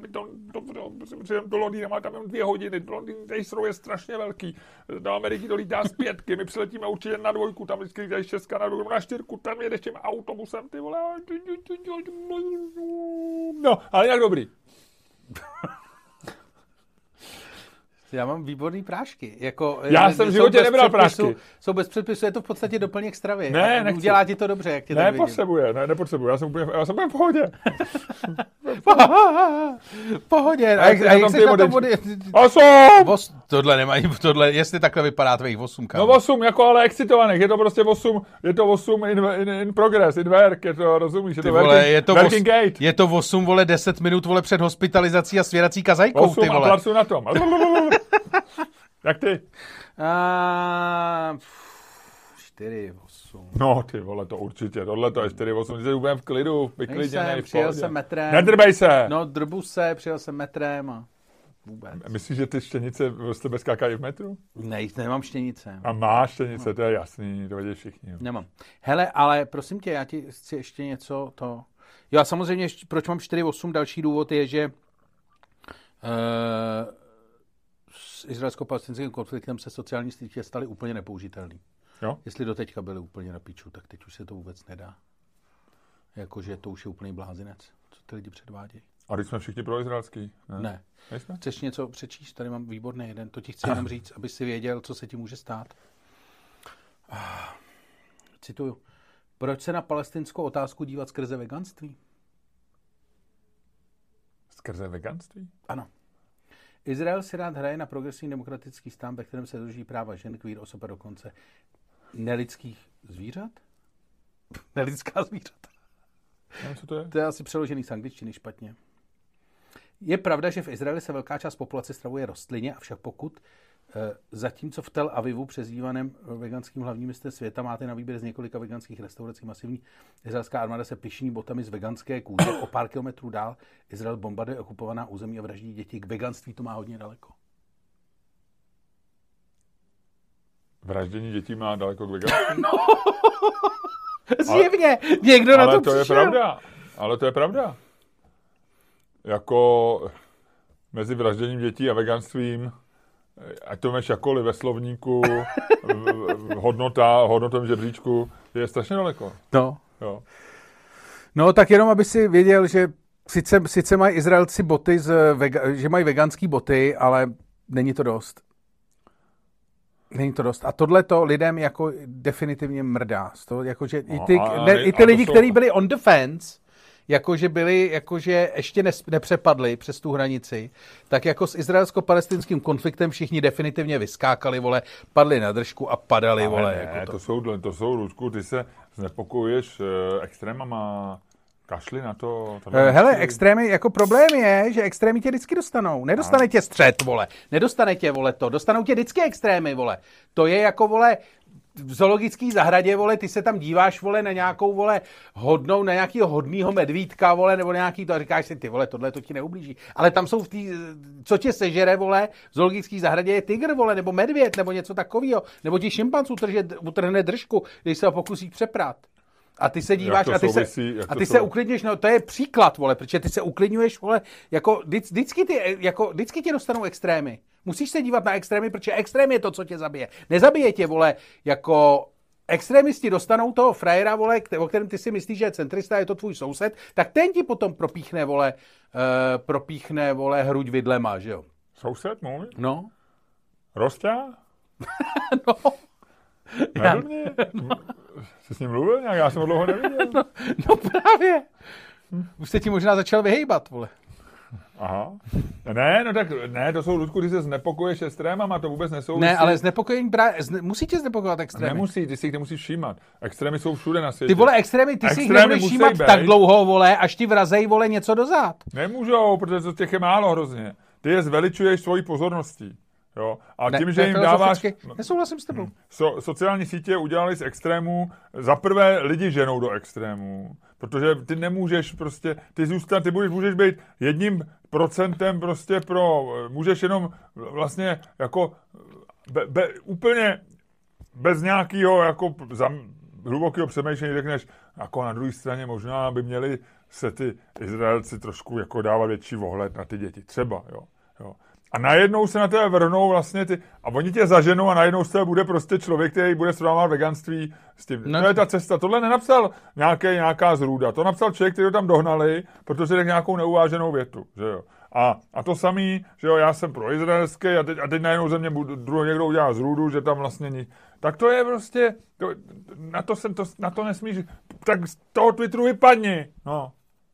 do Londýna, má tam jen 2 hodiny, Londýn Heathrow je strašně velký, do Ameriky to lítá z 5, my přiletíme určitě na 2, tam vždycky lítají 6 na 2, na 4, tam jedeš tím autobusem, ty vole. No, ale jak dobrý. Já mám výborný prášky. Jako, já jsem v životě nebral prášky. Jsou bez předpisu, je to v podstatě doplněk stravy. Ne, udělá ti to dobře, jak tě tak vidím. Nepotřebuji, já jsem úplně v pohodě. Pohodě. A jak jsi na tom body? 8! Tohle, jestli takhle vypadá tvých 8, kámo. No 8, jako ale excitovaných, je to prostě 8, je to 8 in progress, in work, je to, rozumíš, je to working gate. Je to 8, vole, 10 minut, vole, před hospitalizací a svěrací kazajkou, 8 ty vole. 8 a pracuji na tom. Jak ty? 4, 8. No ty vole, to určitě, tohle to je 4, 8, jsi úplně v klidu, vyklidněnej, přijel jsem metrem. Nedrbej se! No, drbu se, přijel jsem metrem a vůbec. Myslíš, že ty štěnice z tebe skákají v metru? Ne, nemám štěnice. A máš štěnice, to je jasný, to vědí všichni. Jo. Nemám. Hele, ale prosím tě, já ti chci ještě něco to... Jo, a samozřejmě, proč mám 4, 8, další důvod je, že s izraelsko-palestinským konfliktem se sociální sítě staly úplně nepoužitelný. Jo? Jestli doteďka byly úplně na píču, tak teď už se to vůbec nedá. Jakože to už je úplný blázinec, co ty lidi předvádějí. A když jsme všichni proizraelský? Ne. Chceš něco přečíst? Tady mám výborný jeden. To ti chci jenom říct, aby si věděl, co se ti může stát. Cituju. Proč se na palestinskou otázku dívat skrze veganství? Skrze veganství? Ano. Izrael si rád hraje na progresivní demokratický stát, ve kterém se dodrží práva žen, queer osob a dokonce nelidských zvířat? Nelidská zvířata. Nevím, co to je? To je asi přeložený z angličtiny špatně. Je pravda, že v Izraeli se velká část populace stravuje rostlině, avšak pokud zatímco v Tel Avivu, přezdívaném veganským hlavním městem světa, máte na výběr z několika veganských restaurací masivní izraelská armáda se pyšní botami z veganské kůže. O pár kilometrů dál Izrael bombarduje okupovaná území a vraždí děti. K veganství to má hodně daleko. Vraždění dětí má daleko k veganství? No, zjevně. Někdo na to přišel. Ale to je pravda. Jako mezi vražděním dětí a veganstvím, ať to máš jakkoliv ve slovníku, hodnotovém žebříčku, je strašně daleko. No. Jo. No, tak jenom, aby si věděl, že sice mají Izraelci boty, že mají veganský boty, ale není to dost. Není to dost. A tohle to lidem jako definitivně mrdá. Jakože i ty lidi, kteří byli on the fence, jakože ještě nepřepadli přes tu hranici, tak jako s izraelsko-palestinským konfliktem všichni definitivně vyskákali, vole, padli na držku a padali, ale vole. Ne, jako to jsou, Ludku, ty se znepokojuješ extrémama, kašli na to. Hele, extrémy, jako problém je, že extrémy tě vždycky dostanou. Nedostane tě střet, vole. Nedostane tě, vole, to. Dostanou tě vždycky extrémy, vole. To je jako, vole, v zoologické zahradě, vole, ty se tam díváš, vole, na nějakou, vole, na nějakýho hodnýho medvídka, vole, nebo nějaký to a říkáš si, ty, vole, tohle to ti neublíží. Ale tam jsou co tě sežere, vole, v zoologické zahradě je tygr, vole, nebo medvěd, nebo něco takového, nebo ti šimpanz utrhne držku, když se ho pokusí přeprat. A ty se díváš Jak to souvisí, a ty se uklidňuješ, no to je příklad, vole, protože ty se uklidňuješ, vole, jako vždycky tě dostanou extrémy. Musíš se dívat na extrémy, protože extrém je to, co tě zabije. Nezabije tě, vole, jako extrémisti dostanou toho frajera, vole, o kterém ty si myslíš, že je centrista, je to tvůj soused, tak ten ti potom propíchne, vole, hruď vidlema, že jo? Soused můj? No. Rosťa? No. Nebyl no. Jsi s ním mluvil nějak? Já jsem ho dlouho neviděl. No právě. Už se ti možná začal vyhejbat, vole. Aha. Ne, to jsou, Ludku, ty se znepokoješ extrémama, to vůbec nesouvisí. Ne, ale znepokojení musí tě znepokojovat extrémy. Nemusí, ty si jich nemusíš všímat. Extrémy jsou všude na světě. Ty vole, extrémy, ty si jich nebudeš všímat tak dlouho, vole, až ti vrazej, vole, něco do zád. Nemůžou, protože těch je málo hrozně. Ty je zveličuješ svojí pozorností. Jo? A tím, že jim dáváš... Nesouhlasím s tebou. Sociální sítě udělali z extrémů, za prvé lidi ženou do extrémů, protože ty nemůžeš prostě, ty můžeš být 1% prostě můžeš jenom vlastně jako úplně bez nějakého jako hlubokého přemýšlení řekneš, jako na druhé straně možná by měli se ty Izraelci trošku jako dávat větší ohled na ty děti, třeba, jo. A najednou se na tebe vrhnou vlastně a oni tě zaženou a najednou z tebe bude prostě člověk, který bude srovnávat veganství s tím. No. To je ta cesta. Tohle nenapsal nějaká zrůda. To napsal člověk, který ho tam dohnali, protože řekl nějakou neuváženou větu. Že jo? A to samý, že jo, já jsem proizraelský a teď najednou ze mě někdo udělá zrůdu, že tam vlastně nic. Tak to je prostě, na to nesmíš, tak z toho Twitteru vypadni. No.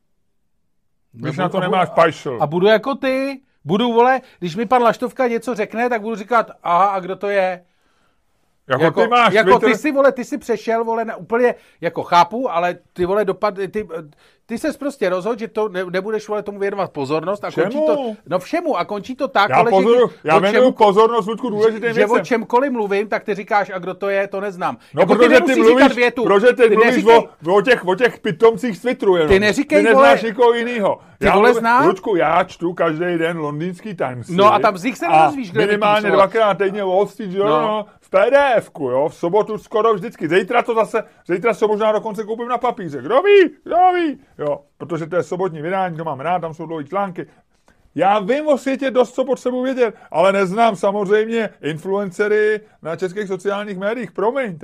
Když na to nemáš pajšl. A budu jako ty. Vole, když mi pan Laštovka něco řekne, tak budu říkat, aha, a kdo to je? Jako ty máš jako ty si přešel, vole, na úplně, jako chápu, ale ty, vole, ty ses prostě rozhodl, že to nebudeš, vole, tomu věnovat pozornost a končí to, no všemu, a končí to tak, já věnuju pozornost, Ludku, důležitým věcem. Že o čemkoliv mluvím, tak ty říkáš, a kdo to je, to neznám. No, jako protože ty mluvíš o těch pitomcích z Twitteru jenom. Ty neříkej, ty neznáš nikoho jinýho. Znám? Ludku, já čtu každý den londýnský Times. No a tam z nich se nedozvíš, kdo je minimálně 2krát týdně Wall Street Journal v PDF-ku, jo, v sobotu skoro vždycky. Zítra se možná dokonce koupím na papíře. Kdo ví, jo, protože to je sobotní vydání, to mám rád, tam jsou dlouhý články. Já vím o světě dost, co potřebuji vědět, ale neznám samozřejmě influencery na českých sociálních médiích. Promiň.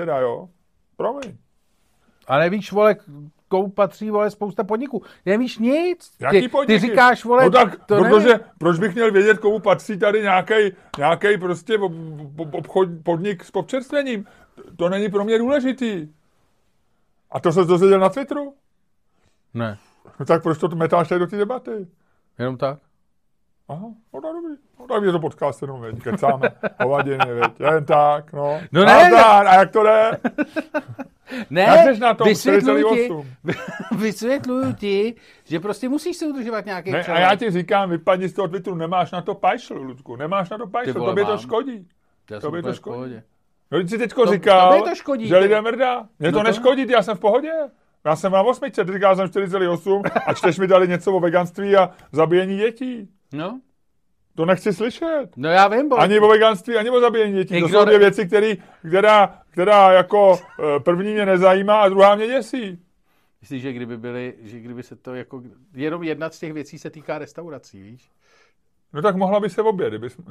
A nevíš, vole, komu patří, vole, spousta podniků. Nevíš nic. Jaký podniky? Ty říkáš, vole, no tak, protože proč bych měl vědět, komu patří tady nějaký prostě podnik s občerstvením? To není pro mě důležitý. A to se dozvěděl na Twitteru? Ne. No tak proč to metáš tady do té debaty? Jenom tak? Aha, no dobrý. No tak je to podcast jenom, veď, kecáme, hovadiny, veď, jen tak, no. No ne, a jak to jde? Ne, na tom, vysvětluju ti, že prostě musíš se udržovat nějaký člověk. A já ti říkám, vypadni z toho Twitteru, nemáš na to pajšl, Ludku, nemáš na to pajšl, tobě to škodí. Tobě to škodí. No, když jsi teďko říkal, že lidem mrdá. Mně to neškodí, já jsem v pohodě. Já jsem na 8, ty říkal jsem 4,8 a čteš mi tady něco o veganství a zabíjení dětí. No. To nechci slyšet. No já vím, bo. Ani o veganství, ani o zabíjení dětí. To jsou dvě věci, která jako první mě nezajímá a druhá mě děsí. Myslíš, že kdyby se to jako... Jenom jedna z těch věcí se týká restaurací, víš? No tak mohla by se oběd, kdybys...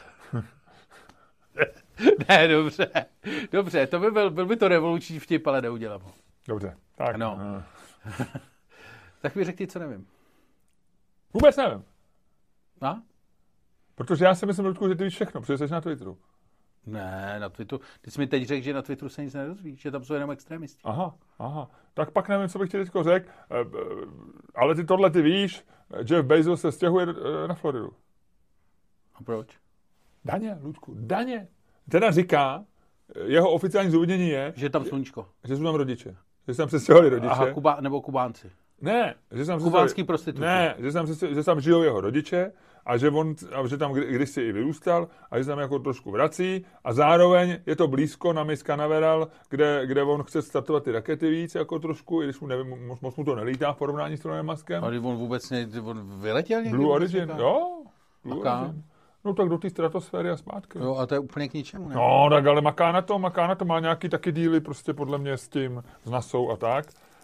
Ne, dobře, to by byl by to revoluční vtip, ale neudělám ho. Dobře, tak. No. Tak mi řekni, co nevím. Vůbec nevím. A? Protože já si myslím, Ludku, že ty víš všechno, protože jsi na Twitteru. Ne, na Twitteru. Ty jsi mi teď řekl, že na Twitteru se nic nedozvíš, že tam jsou jenom extrémisti. Aha. Tak pak nevím, co bych ti teďko řekl, ale ty víš, Jeff Bezos se stěhuje na Floridu. A proč? Daně, Ludku, daně. Teda říká, jeho oficiální zdůvodnění je... Že tam sluníčko. Že jsou tam rodiče. Že se tam přestěhovali rodiče. Aha, nebo Kubánci. Ne, že tam kubánský prostituti. Ne, že tam žijou jeho rodiče a že tam kdysi i vyrůstal a že se tam jako trošku vrací a zároveň je to blízko na Miss Canaveral, kde on chce startovat ty rakety víc jako trošku, i když mu nevím, moc mu to nelítá v porovnání s Elonem Muskem. Ale on vůbec on vyletěl někdy? Blue Origin, jo. Blue Origin. No tak do té stratosféry a zpátky. Jo, a to je úplně k ničemu, ne? No, tak ale maká na to, má nějaký taky díly prostě podle mě s tím, s NASou a tak.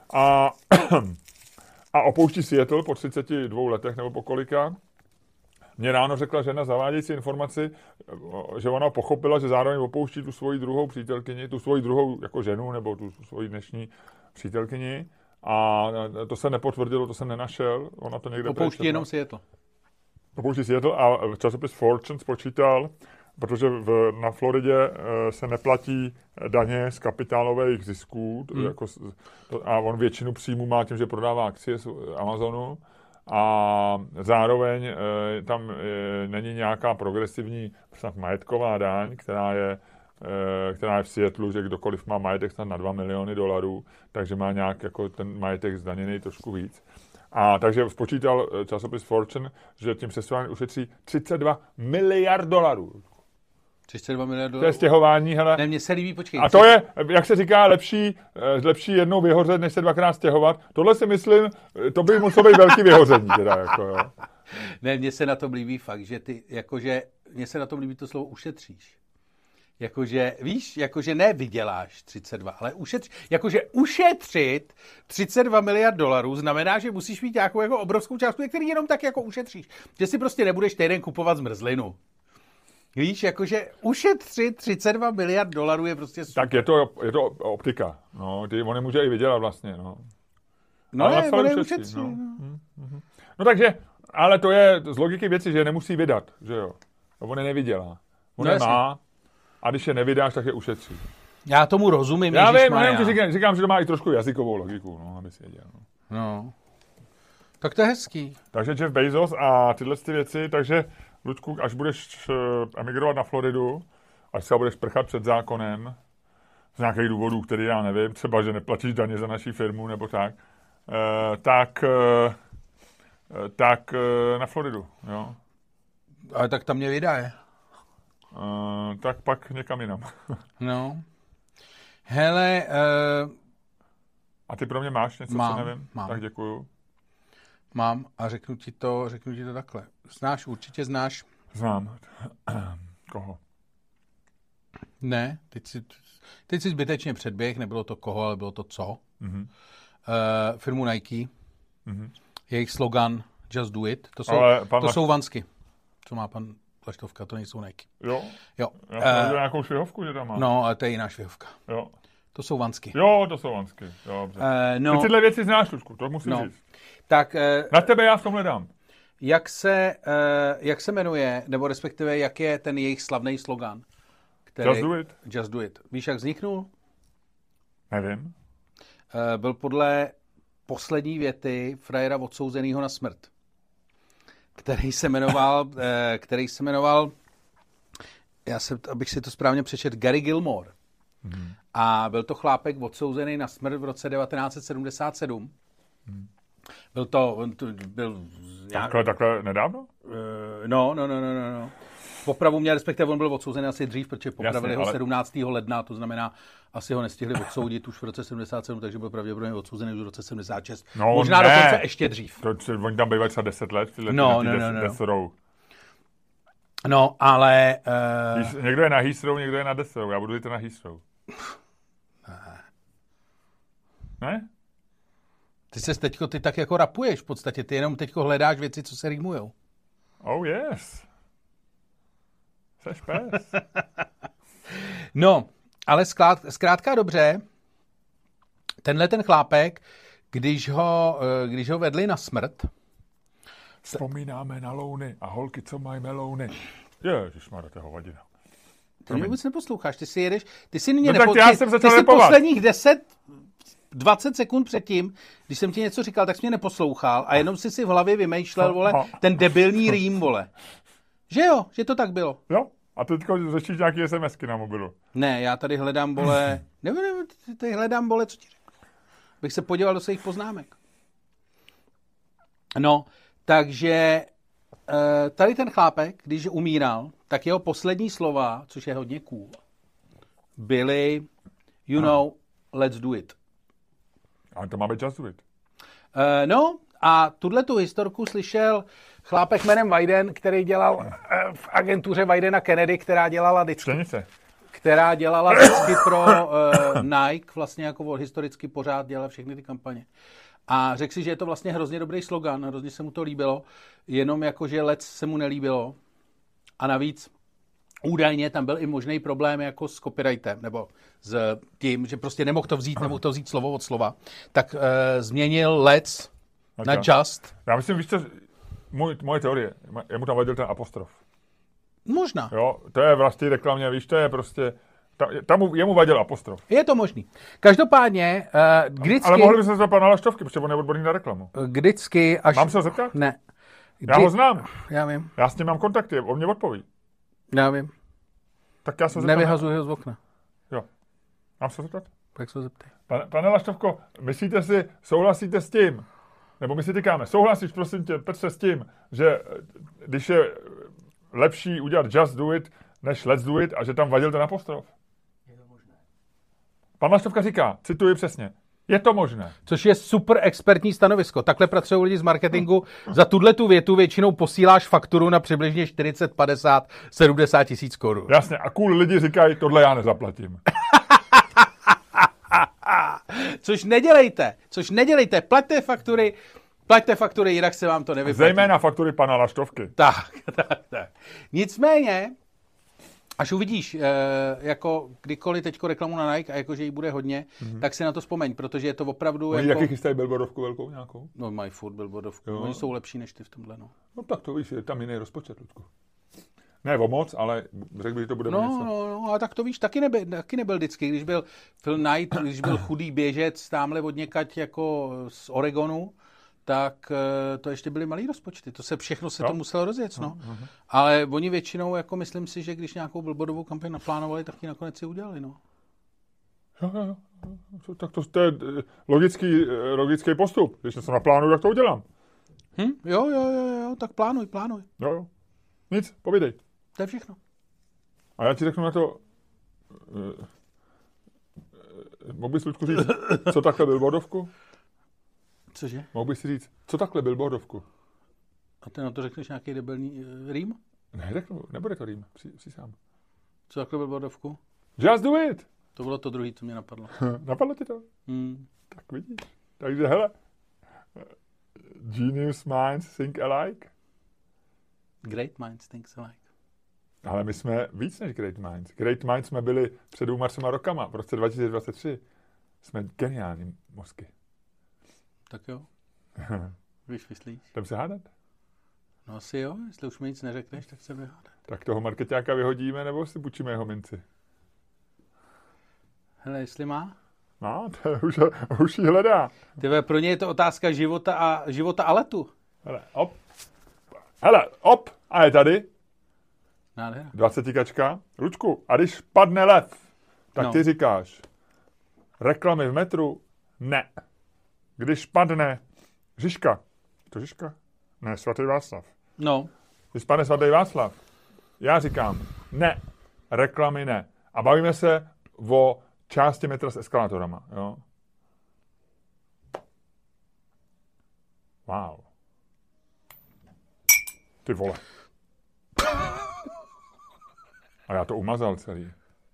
A opouští Seattle po 32 letech nebo po kolika. Mě ráno řekla žena zavádějící informaci, že ona pochopila, že zároveň opouští tu svoji druhou přítelkyni, tu svoji druhou jako ženu, nebo tu svoji dnešní přítelkyni. A to se nepotvrdilo, to jsem nenašel. Ona to někde opouští jenom Seattle. Opouští Seattle a časopis Fortune spočítal, protože na Floridě se neplatí daně z kapitálových zisků a on většinu příjmu má tím, že prodává akcie z Amazonu a zároveň tam není nějaká progresivní majetková daň, která je v Seattlu, že kdokoliv má majetek snad na $2 miliony, takže má nějak jako ten majetek zdaněný trošku víc. A takže spočítal časopis Fortune, že tím přestěhováním ušetří $32 miliard. 32 miliard dolarů. To je stěhování, hele. Ne, mně se líbí, počkej. A to je, jak se říká, lepší jednou vyhořet, než se dvakrát stěhovat. Tohle si myslím, to by muselo být velký vyhoření, teda, jako, jo. Ne, mně se na tom líbí fakt, že ty, jakože, mně se na tom líbí to slovo ušetříš. Jakože, víš, jakože ne vyděláš 32, ale jakože ušetřit 32 miliard dolarů znamená, že musíš mít nějakou jako obrovskou částku, který jenom tak jako ušetříš. Že si prostě nebudeš týden kupovat zmrzlinu. Víš, jakože ušetřit 32 miliard dolarů je prostě super. Tak je to optika. No, on nemůže i vydělat vlastně, no. No ale ne, on neušetří. No. No takže, ale to je z logiky věci, že nemusí vydat, že jo. On je nevydělá. On je má a když je nevydáš, tak je ušetří. Já tomu rozumím, já vím, říkám, že to má i trošku jazykovou logiku, no, aby si věděl. No. Tak to je hezký. Takže Jeff Bezos a tyhle ty věci, takže Luďku, až budeš emigrovat na Floridu, až se budeš prchat před zákonem, z nějakých důvodů, který já nevím, třeba, že neplatíš daně za naší firmu, nebo tak na Floridu, jo. Ale tak tam mě vydaje. Tak pak někam jinam. No. Hele. A ty pro mě máš něco, co nevím? Mám. Tak děkuju. Mám a řeknu ti to takhle. Určitě znáš. Znám. Koho? Ne, teď si zbytečně předběh, nebylo to koho, ale bylo to co. Mm-hmm. Firmu Nike. Mm-hmm. Jejich slogan Just Do It. To jsou vansky. Co má pan Laštovka, to nejsou Nike. Jo? Jo. Já jsem nějakou švihovku, že tam má. No, ale to je jiná švihovka. Jo. To jsou vansky. Jo, to jsou vansky. Jo, dobře. Ty tyhle věci znáš, Lučku, to musím říct. Tak, na tebe já v tomhle dám. Jak se jmenuje, nebo respektive jak je ten jejich slavný slogan? Just do it. Just do it. Víš, jak vzniknul? Nevím. Byl podle poslední věty frajera odsouzenýho na smrt, který se jmenoval abych si to správně přečetl, Gary Gilmore. Hmm. A byl to chlápek odsouzený na smrt v roce 1977. Hmm. Takhle nedávno? No. Popravu měl, respektive on byl odsouzený asi dřív, protože popravili ho 17. ledna, to znamená, asi ho nestihli odsoudit už v roce 77, takže byl pravděpodobně odsouzený už v roce 76. No, možná dokonce ještě dřív. Oni tam bývají třeba 10 let, Death Row. No, ale... Někdo je na Heathrow, někdo je na Death Row. Já budu jít na Heathrow. Ne? Ty tak jako rapuješ v podstatě. Ty jenom teďko hledáš věci, co se rýmujou. Oh yes. Seš pes. No, ale zkrátka dobře, tenhle ten chlápek, když ho vedli na smrt... Vzpomínáme na louny a holky, co mají melouny. Ježišmarja, to je hovadina. Ty mě vůbec neposloucháš, ty si mě posledních 20 sekund předtím, když jsem ti něco říkal, tak jsi mě neposlouchal a jenom si v hlavě vymýšlel, vole, ten debilní rým, vole. Že jo, že to tak bylo. Jo, a teďko řešíš nějaký SMSky na mobilu. Ne, já tady hledám, vole, co ti řekl. Bych se podíval do svých poznámek. No, takže tady ten chlápek, když umíral, tak jeho poslední slova, což je hodně cool, byly let's do it. A to má být just do it. No a tuhletu historku slyšel chlápek jménem Weiden, který dělal v agentuře Weidena Kennedy, která dělala vždycky pro Nike, vlastně jako historicky pořád dělala všechny ty kampaně. A řekl si, že je to vlastně hrozně dobrý slogan, hrozně se mu to líbilo, jenom jako, že lec se mu nelíbilo. A navíc údajně tam byl i možný problém jako s copyrightem, nebo s tím, že prostě nemohl to vzít slovo od slova. Tak změnil lec na just. Já myslím, víš co, moje teorie, jemu tam vadil ten apostrof. Možná. Jo, to je vlastně reklamě, víš, to je prostě, jemu vadil apostrof. Je to možný. Každopádně, vždycky... Ale mohli by se zeptat na Laštovky, protože on je odborný na reklamu. Vždycky, až... Mám se ho zeptat? Ne. Já ho znám. Já vím. Já s ním mám kontakty, on mě odpoví. Já vím. Tak já se zeptám. Nevyhazuj ho z okna. Jo. Mám se zeptat? Tak se zeptej. Pane Laštovko, souhlasíte s tím, nebo my si říkáme, souhlasíš prosím tě, Petře, s tím, že když je lepší udělat just do it, než let's do it, a že tam vadil ten apostrof? Je to možné. Pan Laštovka říká, cituji přesně, je to možné. Což je super expertní stanovisko. Takhle pracují lidi z marketingu. Za tuhletu větu většinou posíláš fakturu na přibližně 40, 50, 70 tisíc korun. Jasně, a cool lidi říkají, tohle já nezaplatím. Což nedělejte. Plaťte faktury, jinak se vám to nevyplatí. Zejména faktury pana Laštovky. Tak. Nicméně, až uvidíš, jako kdykoliv teďko reklamu na Nike a jakože jí bude hodně, tak si na to vzpomeň, protože je to opravdu... Oni jako... taky chystají billboardovku velkou nějakou? No, mají furt billboardovku. Oni jsou lepší než ty v tomhle, no. No tak to víš, je tam jiný rozpočet, Ludku. Ne o moc, ale řekl bych, že to bude něco. No, ale tak to víš, taky nebyl vždycky. Když byl Phil Knight, když byl chudý běžec tamhle od někať jako z Oregonu, tak to ještě byly malý rozpočty. Všechno se to muselo rozjet, no. Ale oni většinou, jako myslím si, že když nějakou billboardovou kampaň naplánovali, tak ji nakonec si udělali, no. Jo. Tak to je logický postup. Když něco naplánuju, tak to udělám. Jo, tak plánuj. Jo. Nic, povídej. To je všechno. A já ti řeknu na to, mohl bys, Ludku, říct, co takhle billboardovku? Cože? Mohl bys si říct, co takhle billboardovku? A ty na to řekneš nějaký debilní rým? Neřeknu, nebude to rým, si sám. Co takhle billboardovku? Just do it! To bylo to druhý, co mě napadlo. Napadlo ti to? Tak vidíš. Takže hele, genius minds think alike. Great minds think alike. Ale my jsme víc než great minds. Great minds jsme byli před 2 rokama, v roce 2023. Jsme geniální mozky. Tak jo. Víš, myslíš? Jdem se hádat? No asi jo, jestli už mi nic neřekneš, tak se vyhádat. Tak toho markeťáka vyhodíme, nebo si půjčíme jeho minci? Hele, jestli má? No, to už jí hledá. Tyve, pro ně je to otázka života a letu. Hele, a je tady. Nádhera. 20 kačka. Ručku, a když padne lev, tak ty říkáš, reklamy v metru? Ne. Když padne Žižka. To Žižka? Ne, svatý Václav. No. Když padne svatý Václav, já říkám, ne, reklamy ne. A bavíme se o části metra s eskalátorama, jo. Wow. Ty vole. A já to umazal celý.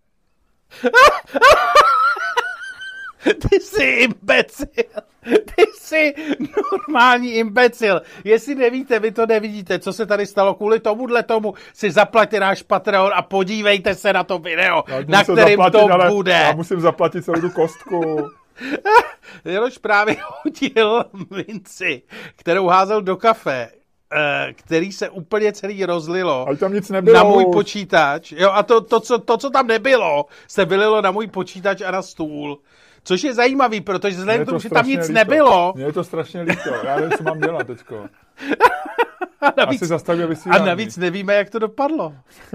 Ty jsi imbecil. Ty jsi normální imbecil. Jestli nevíte, vy to nevidíte, co se tady stalo kvůli tomu si zaplaťte náš Patreon a podívejte se na to video, na kterým to bude. Já musím zaplatit celou tu kostku. Jelož právě hodil minci, kterou házel do kafe, který se úplně celý rozlilo. Ale tam nic nebylo. Na můj počítač. Jo, a to, co tam nebylo, se vylilo na můj počítač a na stůl. Což je zajímavý, protože vzhledem k tomu, že tam nic nebylo. Mně je to strašně líto. Já nevím, co mám dělat teďko. A navíc nevíme, jak to dopadlo.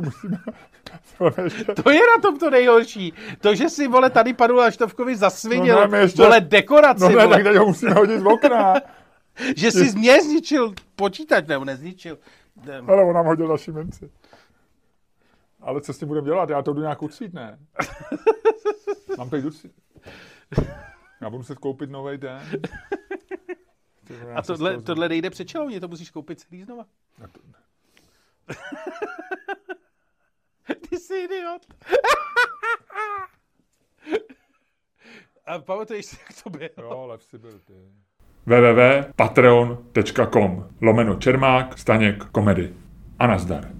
To je na tom to nejhorší. To, že si, vole, tady panu Laštovkovi zasvinil, vole, dekoraci. No ne, tak teď ho musíme hodit z okna. Že jsi mě zničil počítač, nebo nezničil. Ale on nám hodil naši minci. Ale co s tím budeme dělat? Já to jdu nějak ucít, ne? Mám tady ucít. Já budu muset koupit novej den. A tohle nejde přečelovně, to musíš koupit celý znova. Ty jsi idiot. A pamatuješ si, jak to bylo? Jo, Lev si byl ty. www.patreon.com/Čermák Staněk komedy. A nazdar.